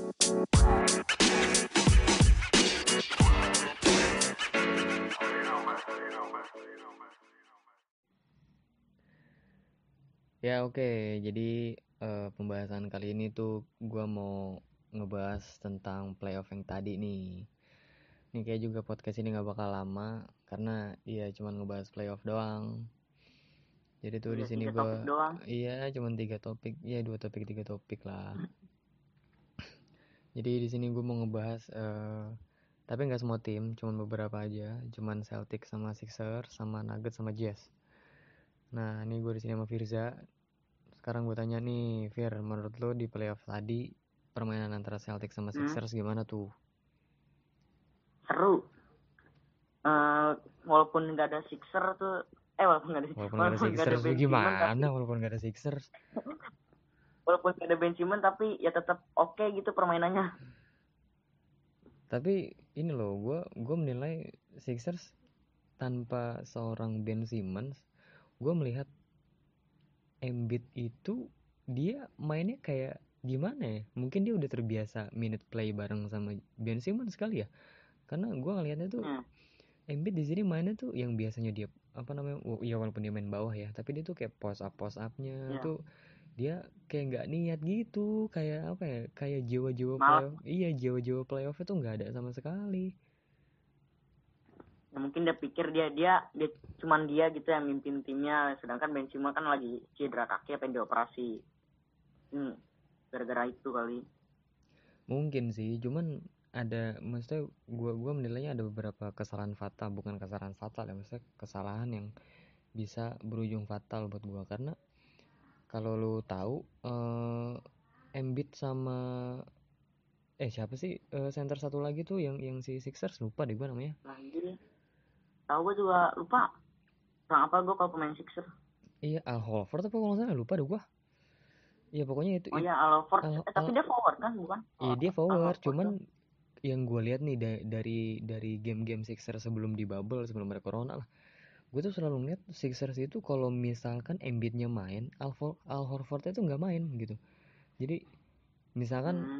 Ya oke, jadi pembahasan kali ini tuh gua mau ngebahas tentang playoff yang tadi nih. Ini kayak juga podcast ini nggak bakal lama karena ya cuman ngebahas playoff doang. Jadi tuh di Iya, sini 3 topik gua doang. iya cuman 3 topik, ya 2 topik 3 topik lah. Jadi di sini gue mau ngebahas tapi nggak semua tim, cuman beberapa aja, cuman Celtics sama Sixers sama Nuggets sama Jazz. Nah, ini gue di sini sama Firza. Sekarang gue tanya nih, Fir, menurut lo di playoff tadi permainan antara Celtics sama Sixers gimana tuh? Seru. Eh, walaupun nggak ada Sixer tuh, walaupun nggak ada, Walaupun gak ada walaupun nggak ada Sixers tuh Ben Simmons gimana? tapi Walaupun gak ada Sixers. walaupun nggak ada Ben Simmons tapi ya tetap oke gitu permainannya. Tapi ini loh, gue menilai Sixers tanpa seorang Ben Simmons, gue melihat Embiid itu dia mainnya kayak gimana ya? Mungkin dia udah terbiasa minute play bareng sama Ben Simmons kali ya. Karena gue ngelihatnya tuh Hmm. Embiid di sini mainnya tuh yang biasanya dia apa namanya? Ya walaupun dia main bawah ya, tapi dia tuh kayak post upnya Ya, tuh dia kayak nggak niat gitu, kayak apa ya? Kayak jiwa-jiwa malah playoff. Iya, jiwa-jiwa playoff itu nggak ada sama sekali. ya mungkin dia pikir dia cuman dia gitu yang mimpin timnya, sedangkan Ben Simmons kan lagi cedera kaki apa yang dioperasi. Gara-gara itu kali. Mungkin sih, cuman ada maksudnya gua menilainya ada beberapa kesalahan fatal, bukan kesalahan fatal ya, maksudnya kesalahan yang bisa berujung fatal buat gua karena kalau lu tahu Embiid sama siapa sih center satu lagi tuh yang si Sixers lupa deh gua namanya. Anjir, tahu gue juga lupa. Orang apa gue kalau pemain Sixer? Iya, Al Horford apa kalau nggak salah lupa deh gua. Iya pokoknya Oh itu ya, Al Horford. Al, Tapi dia forward kan, bukan? iya dia Al forward, Horford cuman tuh. yang gue lihat nih dari game-game Sixers sebelum di bubble, sebelum ada corona lah, gue tuh selalu ngeliat Sixers itu kalau misalkan Embiidnya main, Al Horford itu nggak main gitu. Jadi misalkan Hmm.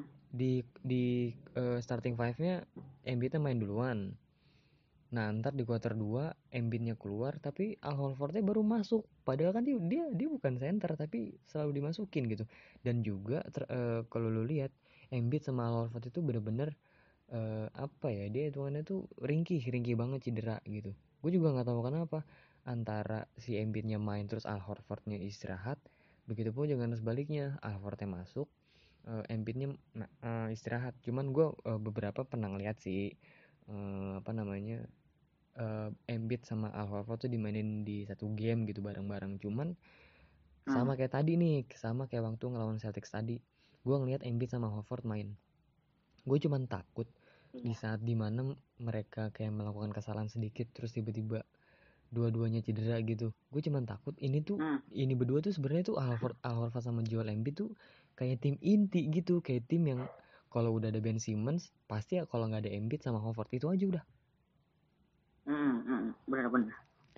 di starting five-nya Embiidnya main duluan. Nah, ntar di quarter 2 Embiidnya keluar tapi Al Horfordnya baru masuk. Padahal kan dia bukan center tapi selalu dimasukin gitu. Dan juga kalau lu lihat Embiid sama Al Horford itu bener-bener apa ya, dia hitungannya tuh ringkih banget cedera gitu. Gue juga nggak tahu kenapa antara si Embiidnya main terus Al Horfordnya istirahat, begitu pun dengan sebaliknya Al Horfordnya masuk, Embiidnya istirahat. Cuman gue beberapa pernah ngeliat sih apa namanya Embiid sama Al Horford tuh dimainin di satu game gitu bareng-bareng. Cuman Hmm. sama kayak tadi nih, sama kayak waktu ngelawan Celtics tadi, gue ngeliat Embiid sama Horford main. Gue cuman takut di Iya. saat dimana mereka kayak melakukan kesalahan sedikit terus tiba-tiba dua-duanya cedera gitu. Gue cuman takut Hmm. ini berdua tuh sebenarnya tuh Al Horford sama Joel Embiid tuh kayak tim inti gitu, kayak tim yang kalau udah ada Ben Simmons pasti ya, kalau nggak ada Embiid sama Horford itu aja udah. Benar-benar.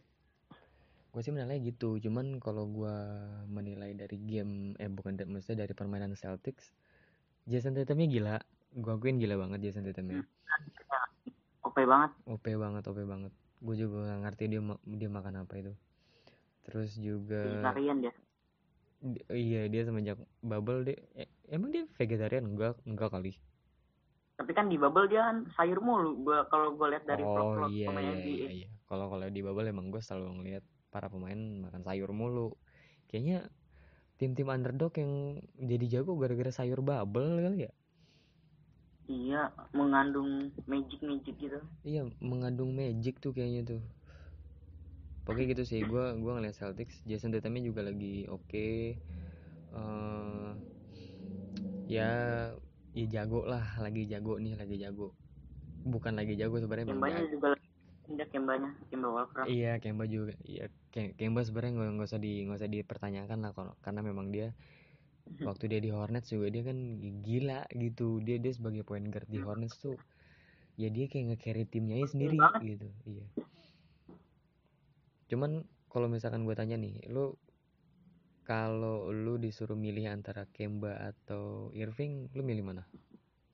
Gue sih menilai gitu, cuman kalau gue menilai dari game bukan maksudnya dari permainan Celtics, Jason Tatumnya gila. Gue akuin gila banget Jason Tatumnya. Hmm. Oke banget. OP banget. Gue juga gak ngerti dia makan apa itu. Terus juga Vegetarian dia. iya dia semenjak bubble dia emang dia vegetarian enggak kali. Tapi kan di bubble dia kan sayur mulu. Kalau gue lihat dari Oh vlog-vlog iya pemain iya iya NBA. iya. Kalau di bubble emang gue selalu ngeliat para pemain makan sayur mulu. Kayaknya tim-tim underdog yang jadi jago gara-gara sayur bubble kali ya. Iya, mengandung magic gitu. Iya mengandung magic tuh kayaknya tuh. Pokoknya gitu sih, gue ngeliat Celtics, Jason Tatumnya juga lagi oke. eh ya ya jago lah, lagi jago, bukan lagi jago sebenarnya, emang Kembanya jago. juga dia Kembanya, Kemba Walker. Iya Kemba juga, iya Kemba sebenarnya nggak usah dipertanyakan lah kalau karena memang dia waktu dia di Hornets juga dia kan gila gitu, dia sebagai point guard di Hornets tuh ya dia kayak nge-carry timnya aja Penting sendiri banget. gitu. Iya, cuman kalau misalkan gue tanya nih, kalau lu disuruh milih antara Kemba atau Irving, lu milih mana?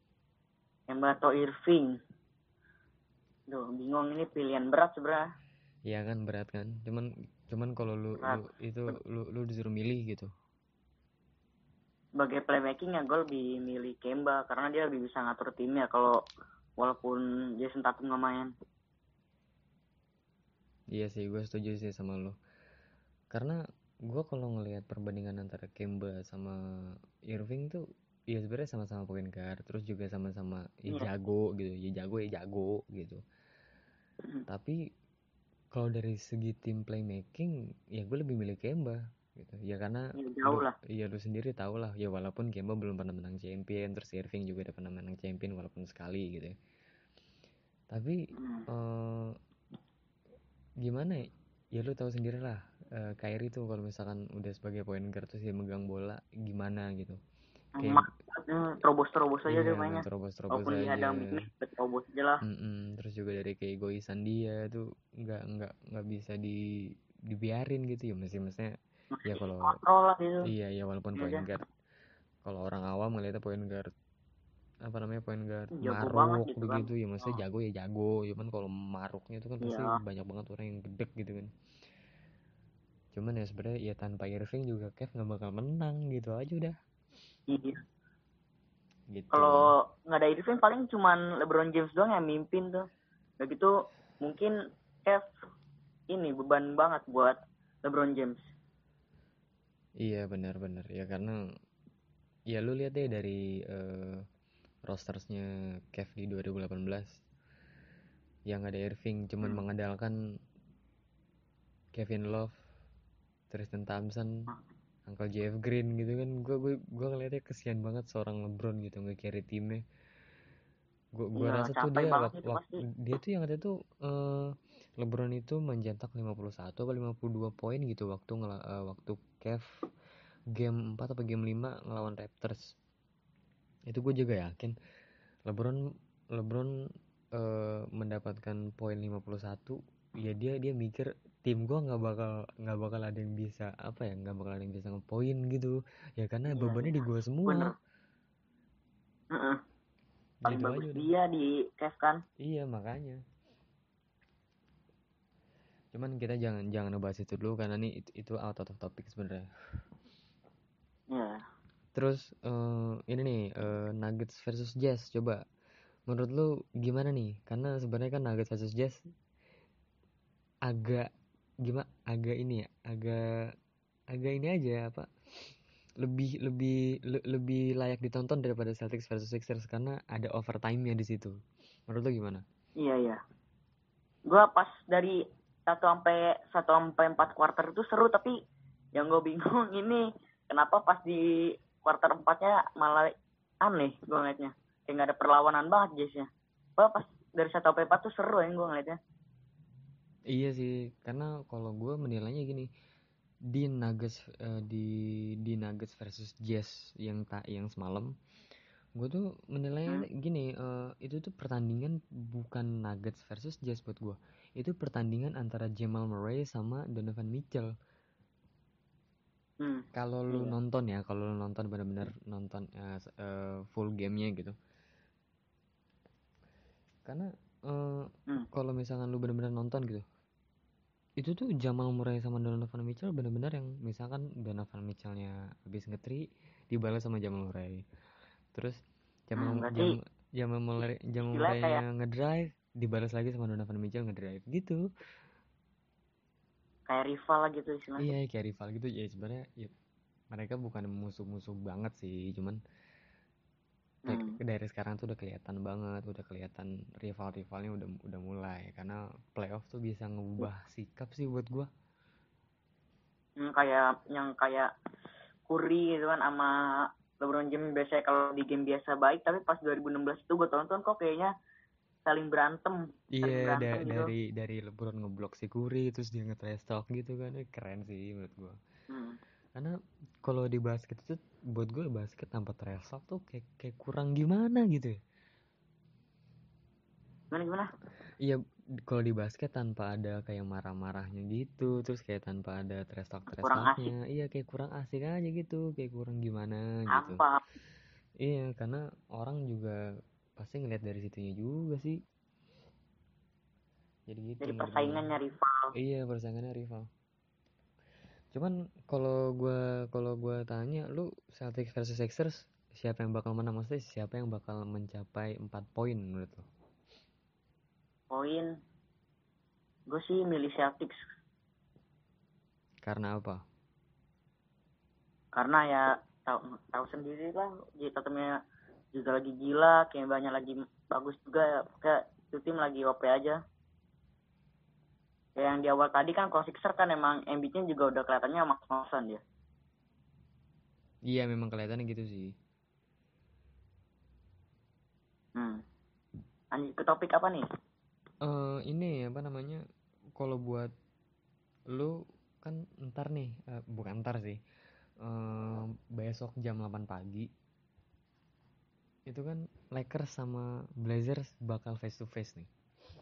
Kemba atau Irving. Duh, bingung, ini pilihan berat sebenarnya. Iya kan, berat kan. Cuman kalau lu Berat. lu disuruh milih gitu. Sebagai playmaking ya gue lebih milih Kemba karena dia lebih bisa ngatur timnya kalau walaupun Jason Tatum nggak main. Iya sih, gue setuju sih sama lu. Karena gue kalau ngelihat perbandingan antara Kemba sama Irving tuh, ya sebenarnya sama-sama point guard, terus juga sama-sama ya Iya. jago gitu, ya jago gitu. Tapi kalau dari segi tim playmaking, ya gue lebih milih Kemba gitu. Ya karena Ya, jauh lah. lu sendiri tau lah, ya walaupun Kemba belum pernah menang champion, terus Irving juga udah pernah menang champion walaupun sekali gitu ya. Tapi eh, gimana ya? Ya lu tahu sendiri lah, Kyrie tuh kalau misalkan udah sebagai point guard terus dia megang bola gimana gitu. Kayak Emak terobos-terobos aja iya, dia main mainnya. terobos-terobos Walaupun aja. dihadang big man, terobos aja lah. Terus juga dari keegoisan dia tuh nggak bisa dibiarin gitu ya, maksudnya ya Masih kalau kontrol lah gitu. iya ya walaupun Ini point aja. guard, kalau orang awam ngeliatnya point guard apa namanya point guard Jago banget maruk gitu kan. begitu ya, maksudnya Oh, jago ya jago, cuman kalau maruknya itu kan pasti iya. banyak banget orang yang gedek gitu kan. Cuman ya sebenarnya ya tanpa Irving juga Kev nggak bakal menang gitu aja udah Iya. gitu. Kalau nggak ada Irving paling cuman LeBron James doang yang mimpin tuh. Udah gitu mungkin Kev ini beban banget buat LeBron James. Iya benar-benar ya, karena ya lu lihat deh dari rostersnya Kev di 2018 yang ada Irving cuman mengandalkan Kevin Love, Tristan Thompson, Uncle Jeff Green gitu kan. Gue ngeliatnya kesian banget seorang LeBron gitu nge-carry timnya. Gua Iya, rasa tuh capek banget itu pasti. dia tuh yang ada tuh LeBron itu mencetak 51 atau 52 poin gitu waktu Kev game 4 atau game 5 ngelawan Raptors. Itu gue juga yakin LeBron LeBron mendapatkan poin 51, ya dia mikir tim gue nggak bakal ada yang bisa apa ya, nggak bakal ada yang bisa ngepoin gitu ya, karena Iya, bebannya iya. di gue Bener. semua. Paling Gitu bagus aja udah. dia di Kev kan. Iya makanya, cuman kita jangan jangan ngebahas itu dulu karena nih itu out of topic sebenarnya. Iya. Terus ini nih Nuggets versus Jazz, coba menurut lu gimana nih, karena sebenarnya kan Nuggets versus Jazz agak gimana, agak ini ya, agak ini aja apa, lebih layak ditonton daripada Celtics versus Sixers karena ada overtime-nya di situ. Menurut lo gimana? Iya, iya. Gua pas dari 1 sampai 4 quarter itu seru, tapi yang gue bingung ini kenapa pas di quarter 4-nya malah aneh gue ngeliatnya. Kayak nggak ada perlawanan banget Jazz-nya. Pas dari 1 sampai 4 tuh seru ya gue ngeliatnya. Iya sih, karena kalau gue menilainya gini, di Nuggets versus Jazz yang semalam, gue tuh menilainya gini, itu tuh pertandingan bukan Nuggets versus Jazz buat gue, itu pertandingan antara Jamal Murray sama Donovan Mitchell. Kalau lu Iya. nonton ya, kalau lu nonton benar-benar nonton full gamenya gitu, karena kalau misalkan lu benar-benar nonton gitu, itu tuh Jamal Murray sama Donovan Mitchell benar-benar yang misalkan Donovan Mitchellnya habis ngetri dibalas sama Jamal Murray, terus Berarti Jamal istilahnya Murray-nya kayak ngedrive dibalas lagi sama Donovan Mitchell ngedrive gitu. rival lah gitu istilahnya. Iya kayak rival gitu ya, sebenarnya ya, mereka bukan musuh-musuh banget sih, cuman dari sekarang tuh udah kelihatan rivalnya udah mulai, karena playoff tuh bisa ngubah sikap sih buat gua. Yang kayak Curry gitu kan sama LeBron James biasanya kalau di game biasa baik, tapi pas 2016 itu gue tonton kok kayaknya saling berantem Iya, gitu. dari LeBron ngeblok si Curry terus dia nge-trash talk gitu kan, keren sih menurut gua. Karena kalau di basket itu buat gue basket tanpa trash talk tuh kayak kurang gimana gitu ya. Gimana? Iya, kalau di basket tanpa ada kayak marah-marahnya gitu, terus kayak tanpa ada trash Kurang asik. talknya, iya kayak kurang asik aja gitu, kayak kurang gimana gitu. Hampa. Iya, karena orang juga pasti ngeliat dari situnya juga sih. Jadi gitu Jadi menurut gue. persaingannya rival. Iya, persaingannya rival. Cuman kalau gua tanya lu, Celtics versus Sixers, siapa yang bakal menang? Maksudnya siapa yang bakal mencapai 4 poin menurut lu? Poin, gue sih milih Celtics. Karena apa? Karena ya tahu sendiri lah, jadi Tatumnya juga lagi gila, kayak banyak lagi bagus juga, kayak itu tim lagi OP aja. Kayak yang di awal tadi kan kalau Sixer kan emang Embiid-nya juga udah kelihatannya mas-masan dia. Iya, memang kelihatannya gitu sih. Lanjut ke topik apa nih? Ini apa namanya? Kalau buat lu kan ntar nih, bukan ntar sih. Besok jam 8 pagi itu kan Lakers sama Blazers bakal face to face nih.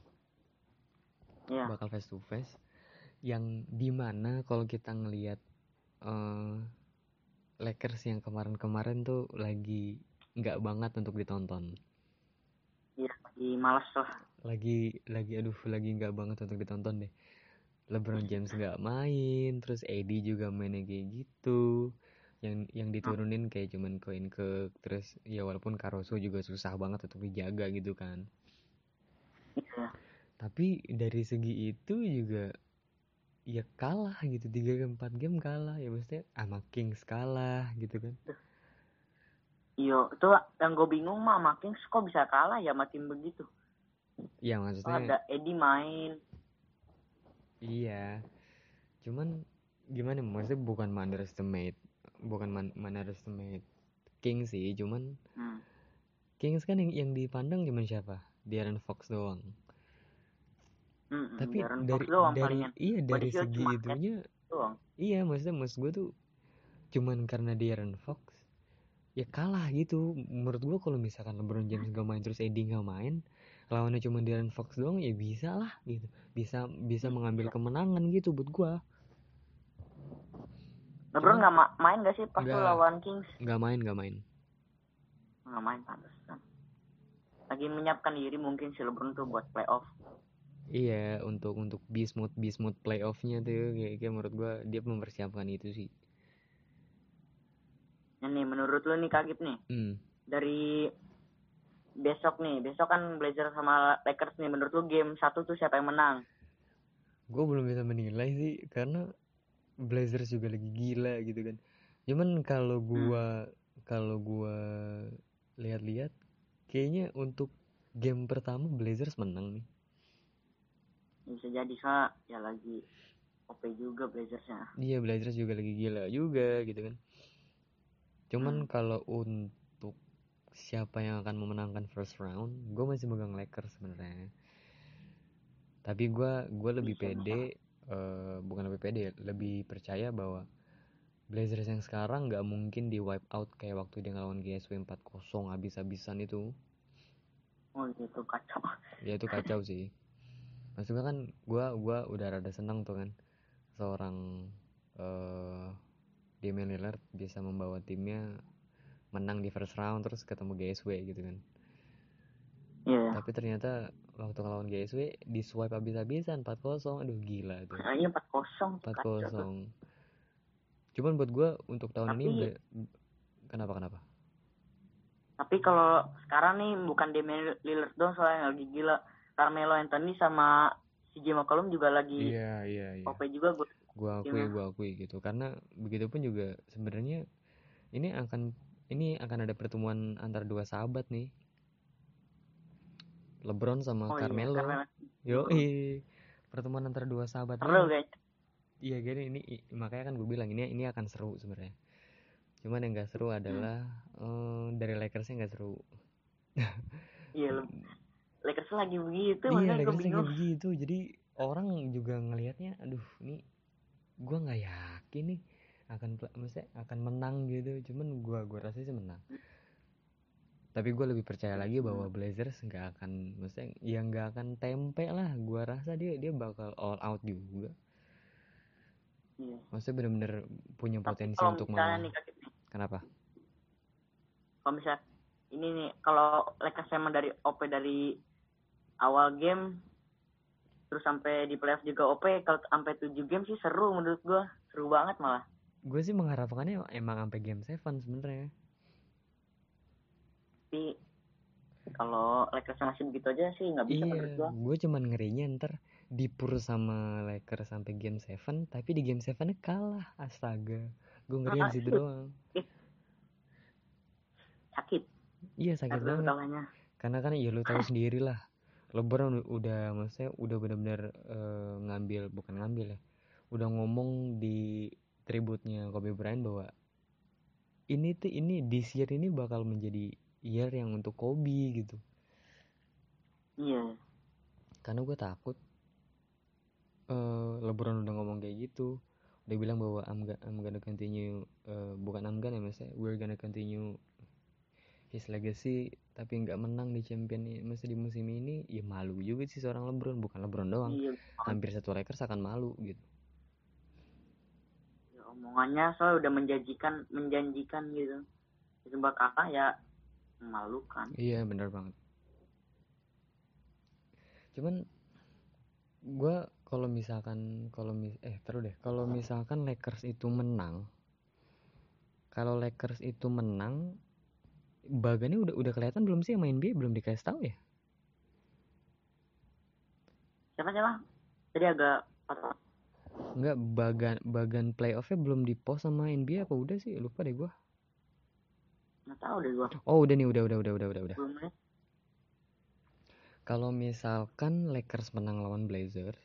Iya. Bakal face to face yang dimana kalau kita ngelihat uh, Lakers yang kemarin-kemarin tuh lagi nggak banget untuk ditonton. Iya, lagi malas lah. Lagi aduh, lagi nggak banget untuk ditonton deh. LeBron James nggak main, terus AD juga mainnya kayak gitu. Yang diturunin kayak cuman koin ke, terus ya walaupun Caruso juga susah banget untuk dijaga gitu kan. Iya. Tapi dari segi itu juga ya kalah gitu, 3-4 game kalah ya, maksudnya sama Kings kalah gitu kan. Iya, itu yang gue bingung mah, sama Kings kok bisa kalah ya sama tim begitu. Ya Oh, maksudnya ada Eddie main. iya, cuman gimana, maksudnya bukan underestimate Kings sih, cuman Kings kan yang dipandang cuman siapa, De'Aaron Fox doang. Tapi Darren Fox dari doang dari palingan. iya dari Body Shield cuma segi itunya, doang. iya maksudnya maksud gue tuh cuman karena De'Aaron Fox ya kalah gitu. Menurut gue kalau misalkan LeBron James gak main terus AD gak main, lawannya cuma De'Aaron Fox doang ya bisa lah gitu, bisa bisa mengambil kemenangan gitu buat gue. LeBron Cuman nggak main gak sih pas tuh nggak lawan Kings? nggak main. Nggak main, pantas kan. Lagi menyiapkan diri mungkin si LeBron tuh buat playoff. Iya, untuk bismuth playoffnya tuh kayak menurut gua dia mempersiapkan itu sih. Nah, nih menurut lu nih Kagip nih, dari besok kan Blazers sama Lakers nih, menurut lu game 1 tuh siapa yang menang? Gue belum bisa menilai sih karena Blazers juga lagi gila gitu kan. Cuman kalau gua lihat-lihat kayaknya untuk game pertama Blazers menang nih. Bisa jadi soalnya ya lagi OP juga Blazersnya. Iya, Blazers juga lagi gila juga gitu kan. Cuman kalau untuk siapa yang akan memenangkan first round, gue masih megang Lakers sebenarnya. Tapi gue lebih pede, bukan lebih pede, lebih percaya bahwa Blazers yang sekarang nggak mungkin di wipe out kayak waktu dia ngelawan GSW 4-0 habis-habisan itu. Oh gitu, kacau. Ya itu kacau sih. Maksudnya kan gue udah rada senang tuh kan, seorang Damian Lillard bisa membawa timnya menang di first round terus ketemu GSW gitu kan. Iya. Tapi ternyata waktu ngelawan GSW di swipe habis-habisan 4-0. Aduh gila tuh. Ini 4-0 kacau tuh. 4-0. Cuman buat gue untuk tahun Tapi ini kenapa? tapi kalau sekarang nih bukan Damian Lillard doang soalnya yang lagi gila. Carmelo Anthony sama CJ McCollum juga lagi Iya. OP juga gue. Gua akui gitu. Karena begitupun juga sebenarnya ini akan ada pertemuan antara dua sahabat nih. LeBron sama Oh iya, Carmelo. Carmelo. Pertemuan antara dua sahabat Seru ini. guys. Iya, gini ini makanya kan gue bilang ini akan seru sebenarnya. Cuman yang gak seru adalah dari Lakersnya gak seru. Iya, Lakers lagi begitu, Iya, makanya gue Lakers lagi bingung. begitu. Jadi orang juga ngelihatnya, aduh, ini gue nggak yakin nih maksudnya akan menang gitu. Cuman gue rasa sih menang. Tapi gue lebih percaya lagi bahwa Blazers nggak akan, maksudnya ya nggak akan tempe lah. Gue rasa dia bakal all out juga. Iya. Maksudnya bener-bener punya Tapi potensi kalau untuk misalnya malah. nih Kak, Kenapa? kalau misalnya ini nih kalau Lakers emang dari OP dari awal game terus sampai di playoff juga OP, kalau sampai 7 game sih seru menurut gua. Seru banget malah. Gue sih mengharapkannya emang sampai game 7 sebenarnya. Tapi kalau Lakers masih begitu aja sih nggak bisa Iya, menurut gua. gue cuman ngerinya ntar dipur sama Lakers sampai game 7, tapi di game 7 kalah. Astaga, gue ngerinya di situ doang. Sakit. Iya sakit banget. Kalahnya. Karena kan ya lu tahu sendiri lah. LeBron udah maksudnya udah benar-benar bukan ngambil ya. Udah ngomong di tributnya Kobe Bryant bahwa ini this year ini bakal menjadi year yang untuk Kobe gitu. Iya. Karena gue takut LeBron udah ngomong kayak gitu. Udah bilang bahwa I'm gonna continue bukan I'm gonna maksudnya we're gonna continue his legacy, tapi nggak menang di champion masih di musim ini, ya malu juga sih seorang LeBron. Bukan LeBron doang, Iya. hampir satu Lakers akan malu gitu. Ya, omongannya soal udah menjanjikan gitu. Sebab kalah ya memalukan. Iya benar banget. Cuman gue kalau misalkan kalau misalkan Lakers itu menang, bagannya udah kelihatan belum sih sama NBA? Belum dikasih tahu ya? Siapa? Jadi agak Enggak, bagan playoffnya belum di post sama NBA apa udah sih? Lupa deh gue. nggak tahu deh gua. Oh udah nih, udah. Belum nih. Kalau misalkan Lakers menang lawan Blazers,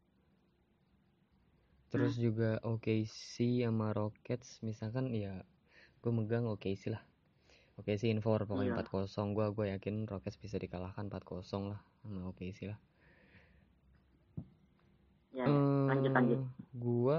terus juga OKC sama Rockets, misalkan ya gue megang OKC lah. OKC in 4 pokoknya 4-0. Gue yakin Rockets bisa dikalahkan 4-0 lah sama OKC lah. Ya, lanjut. Gue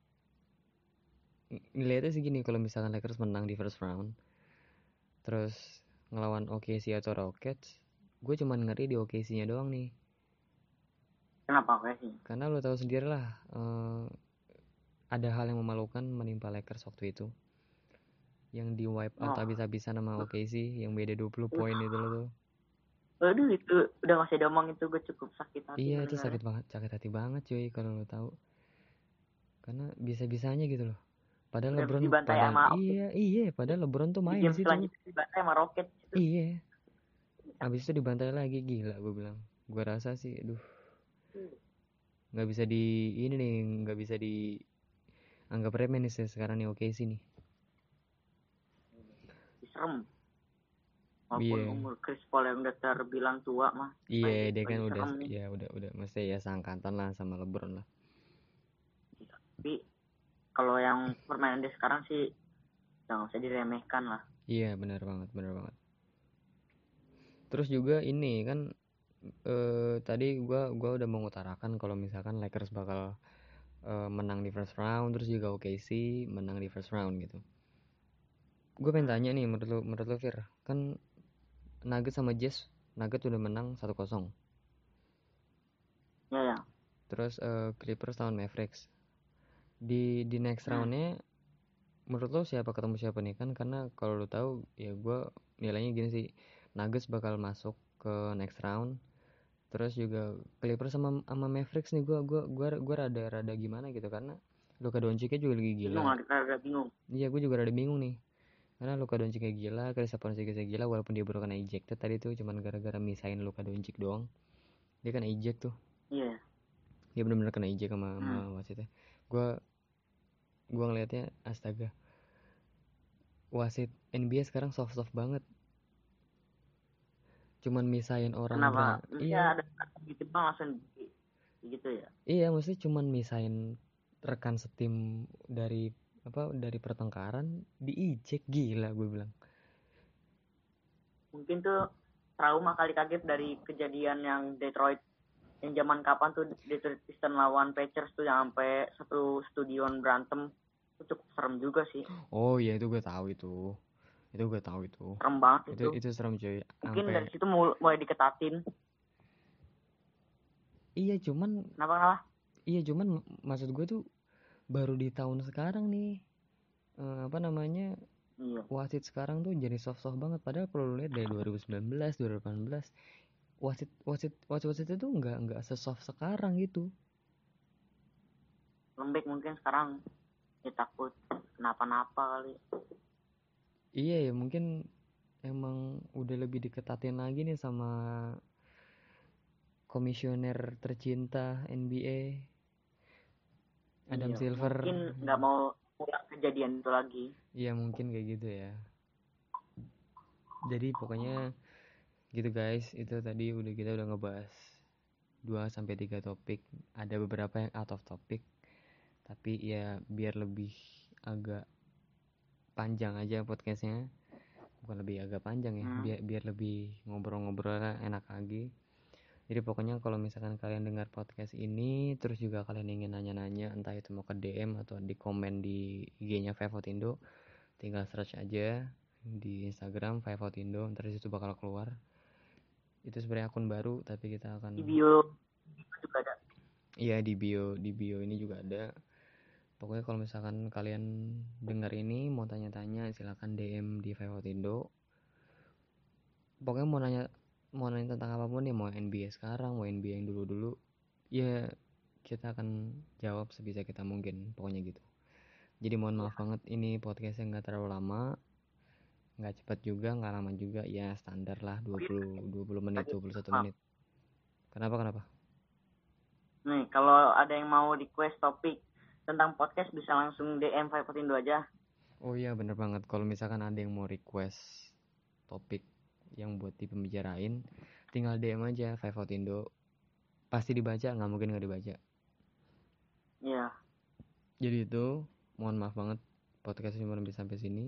ngeliatnya sih gini, kalau misalkan Lakers menang di first round, terus ngelawan OKC atau Rockets, gue cuman ngeri di OKC-nya doang nih. Kenapa OKC? Karena lo tahu sendiri lah, ada hal yang memalukan menimpa Lakers waktu itu, yang di wipe out habis-habisan sama OKC, yang beda 20 poin itu lo tuh. Aduh, itu udah masih diomong, itu gue cukup sakit hati. Iya itu sakit hati banget cuy kalau lo tahu. Karena bisa-bisanya gitu loh. Padahal udah LeBron dibantai sama padahal LeBron tuh main di situ. Selanjutnya dibantai sama Rocket. Iya. Habis itu dibantai lagi, gila gue bilang. Gue rasa sih aduh. Nggak bisa anggap remeh nih sekarang nih OKC nih. Serem. Walaupun umur Chris Paul yang udah terbilang tua mah. Iya, dia kan udah mesti ya seangkatan lah sama LeBron lah. Tapi kalau yang permainan dia sekarang sih jangan usah diremehkan lah. Iya, benar banget. Terus juga ini kan tadi gua udah mengutarakan kalau misalkan Lakers bakal menang di first round, terus juga OKC menang di first round gitu. Gue pengen tanya nih, menurut lo Fir, kan Nuggets sama Jazz, Nuggets udah menang 1-0. Ya. Terus Clippers lawan Mavericks. Di next roundnya, menurut lo siapa ketemu siapa nih? Kan karena kalau lo tahu ya gue nilainya gini sih, Nuggets bakal masuk ke next round. Terus juga Clippers sama Mavericks nih, gue rada gimana gitu, karena Luka Doncic juga lagi gila. Bingung. Iya, gue juga rada bingung nih. Karena Luka Doncic kayak gila, Kristaps Porzingis kayak gila, walaupun dia baru kena ejected tadi tuh cuman gara-gara misahin Luka Doncic doang. Dia kan eject tuh. Iya. Dia benar-benar kena eject sama wasitnya. Gue ngelihatnya astaga. Wasit NBA sekarang soft banget. Cuman misahin orang. Kenapa? Iya, ada gitu bang langsung gitu ya. Iya, maksudnya cuman misahin rekan setim dari pertengkaran, diejek, gila gue bilang. Mungkin tuh trauma kali, kaget dari kejadian yang Detroit yang zaman kapan tuh, Detroit Pistons lawan Pacers tuh yang sampai satu stadion berantem. Itu cukup serem juga sih. Oh iya, itu gue tahu itu. Serem banget itu. Itu serem cuy. Mungkin dari situ mulai diketatin. Iya cuman. Kenapa? Iya cuman maksud gue tuh baru di tahun sekarang nih. Iya. wasit sekarang tuh jadi soft-soft banget, padahal kalau lu lihat dari 2019 2018 wasit itu nggak sesoft sekarang gitu. Lembek mungkin sekarang ya takut kenapa-napa kali. Iya ya, mungkin emang udah lebih diketatin lagi nih sama komisioner tercinta NBA Adam Iya, Silver. mungkin nggak mau ulang kejadian itu lagi. Iya mungkin kayak gitu ya. Jadi pokoknya gitu guys, itu tadi kita udah ngebahas 2-3 topik. Ada beberapa yang out of topic, tapi ya biar lebih agak panjang aja podcastnya. Bukan lebih agak panjang ya, biar lebih ngobrol-ngobrolnya enak lagi. Jadi pokoknya kalau misalkan kalian dengar podcast ini terus juga kalian ingin nanya-nanya, entah itu mau ke DM atau di komen di IG-nya Five tinggal search aja di Instagram Five-Indo, ntar disitu bakal keluar. Itu sebenarnya akun baru tapi kita akan Di bio juga ada. iya di bio ini juga ada. Pokoknya kalau misalkan kalian dengar ini mau tanya-tanya silakan DM di Five-Indo. Pokoknya mau nanya tentang apapun ya, mau NBA sekarang, mau NBA yang dulu-dulu, ya kita akan jawab sebisa kita mungkin, pokoknya gitu. Jadi mohon maaf banget ini podcastnya nggak terlalu lama, nggak cepat juga, nggak lama juga, ya standar lah 20 menit, 21 menit. Kenapa? Nih, kalau ada yang mau request topik tentang podcast bisa langsung DM Five-Indo aja. Oh iya bener banget, kalau misalkan ada yang mau request topik yang buat dipembicarain, tinggal DM aja Five-Indo, pasti dibaca, nggak mungkin nggak dibaca. Iya. Jadi itu, mohon maaf banget podcast cuma bisa sampai sini.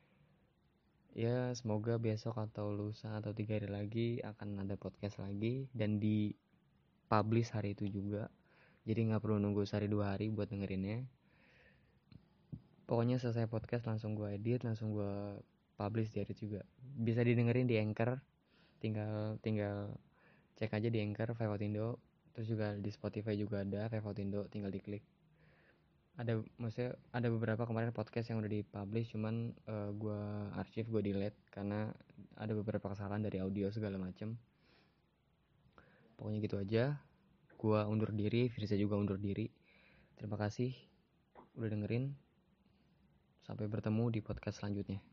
Ya semoga besok atau lusa atau 3 hari lagi akan ada podcast lagi dan di publish hari itu juga. Jadi nggak perlu nunggu sehari 2 hari buat dengerinnya. Pokoknya selesai podcast langsung gue edit, langsung gue publish di hari juga. Bisa didengerin di Anchor. Tinggal cek aja di Anchor Five-Indo. Terus juga di Spotify juga ada Five-Indo, tinggal diklik. Maksudnya ada beberapa kemarin podcast yang udah dipublish, cuman gue arsip, gue delete karena ada beberapa kesalahan dari audio segala macem. Pokoknya gitu aja. Gue undur diri, Firza juga undur diri. Terima kasih udah dengerin. Sampai bertemu di podcast selanjutnya.